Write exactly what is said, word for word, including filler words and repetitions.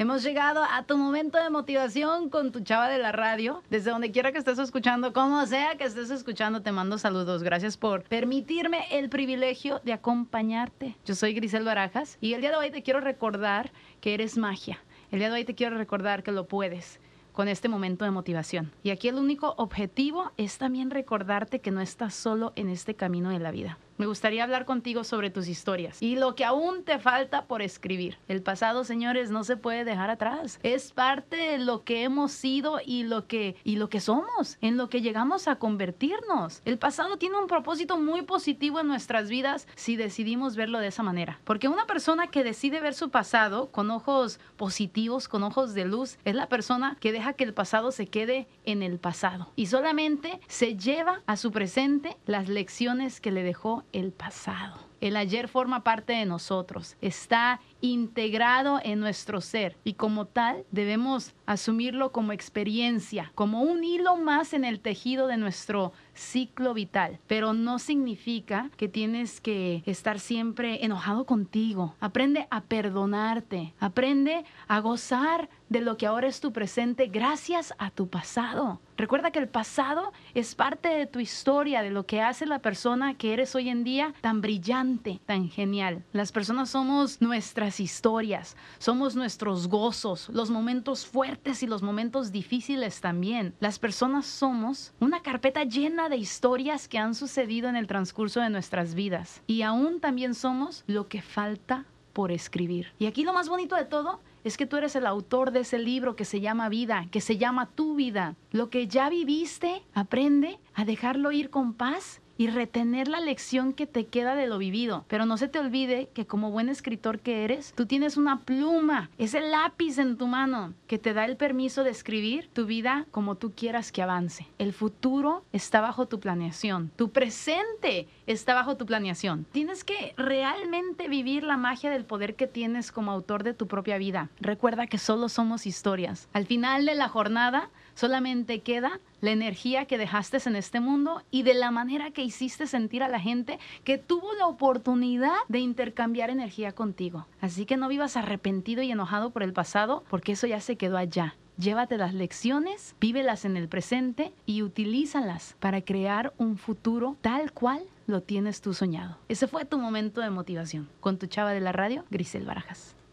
Hemos llegado a tu momento de motivación con tu chava de la radio. Desde donde quiera que estés escuchando, como sea que estés escuchando, te mando saludos. Gracias por permitirme el privilegio de acompañarte. Yo soy Grisel Barajas y el día de hoy te quiero recordar que eres magia. El día de hoy te quiero recordar que lo puedes con este momento de motivación. Y aquí el único objetivo es también recordarte que no estás solo en este camino de la vida. Me gustaría hablar contigo sobre tus historias y lo que aún te falta por escribir. El pasado, señores, no se puede dejar atrás. Es parte de lo que hemos sido y lo que, y lo que somos, en lo que llegamos a convertirnos. El pasado tiene un propósito muy positivo en nuestras vidas si decidimos verlo de esa manera. Porque una persona que decide ver su pasado con ojos positivos, con ojos de luz, es la persona que deja que el pasado se quede en el pasado y solamente se lleva a su presente las lecciones que le dejó el pasado. El ayer forma parte de nosotros, está integrado en nuestro ser y como tal debemos asumirlo como experiencia, como un hilo más en el tejido de nuestro ciclo vital. Pero no significa que tienes que estar siempre enojado contigo. Aprende a perdonarte, aprende a gozar de lo que ahora es tu presente gracias a tu pasado. Recuerda que el pasado es parte de tu historia, de lo que hace la persona que eres hoy en día tan brillante, tan genial. Las personas somos nuestras historias, somos nuestros gozos, los momentos fuertes y los momentos difíciles también. Las personas somos una carpeta llena de historias que han sucedido en el transcurso de nuestras vidas. Y aún también somos lo que falta por escribir. Y aquí lo más bonito de todo es que tú eres el autor de ese libro que se llama vida, que se llama tu vida. Lo que ya viviste, aprende a dejarlo ir con paz y retener la lección que te queda de lo vivido. Pero no se te olvide que como buen escritor que eres, tú tienes una pluma, ese lápiz en tu mano que te da el permiso de escribir tu vida como tú quieras que avance. El futuro está bajo tu planeación, tu presente está bajo tu planeación. Tienes que realmente vivir la magia del poder que tienes como autor de tu propia vida. Recuerda que solo somos historias. Al final de la jornada, solamente queda la energía que dejaste en este mundo y de la manera que hiciste sentir a la gente que tuvo la oportunidad de intercambiar energía contigo. Así que no vivas arrepentido y enojado por el pasado, porque eso ya se quedó allá. Llévate las lecciones, vívelas en el presente y utilízalas para crear un futuro tal cual lo tienes tú soñado. Ese fue tu momento de motivación. Con tu chava de la radio, Grisel Barajas.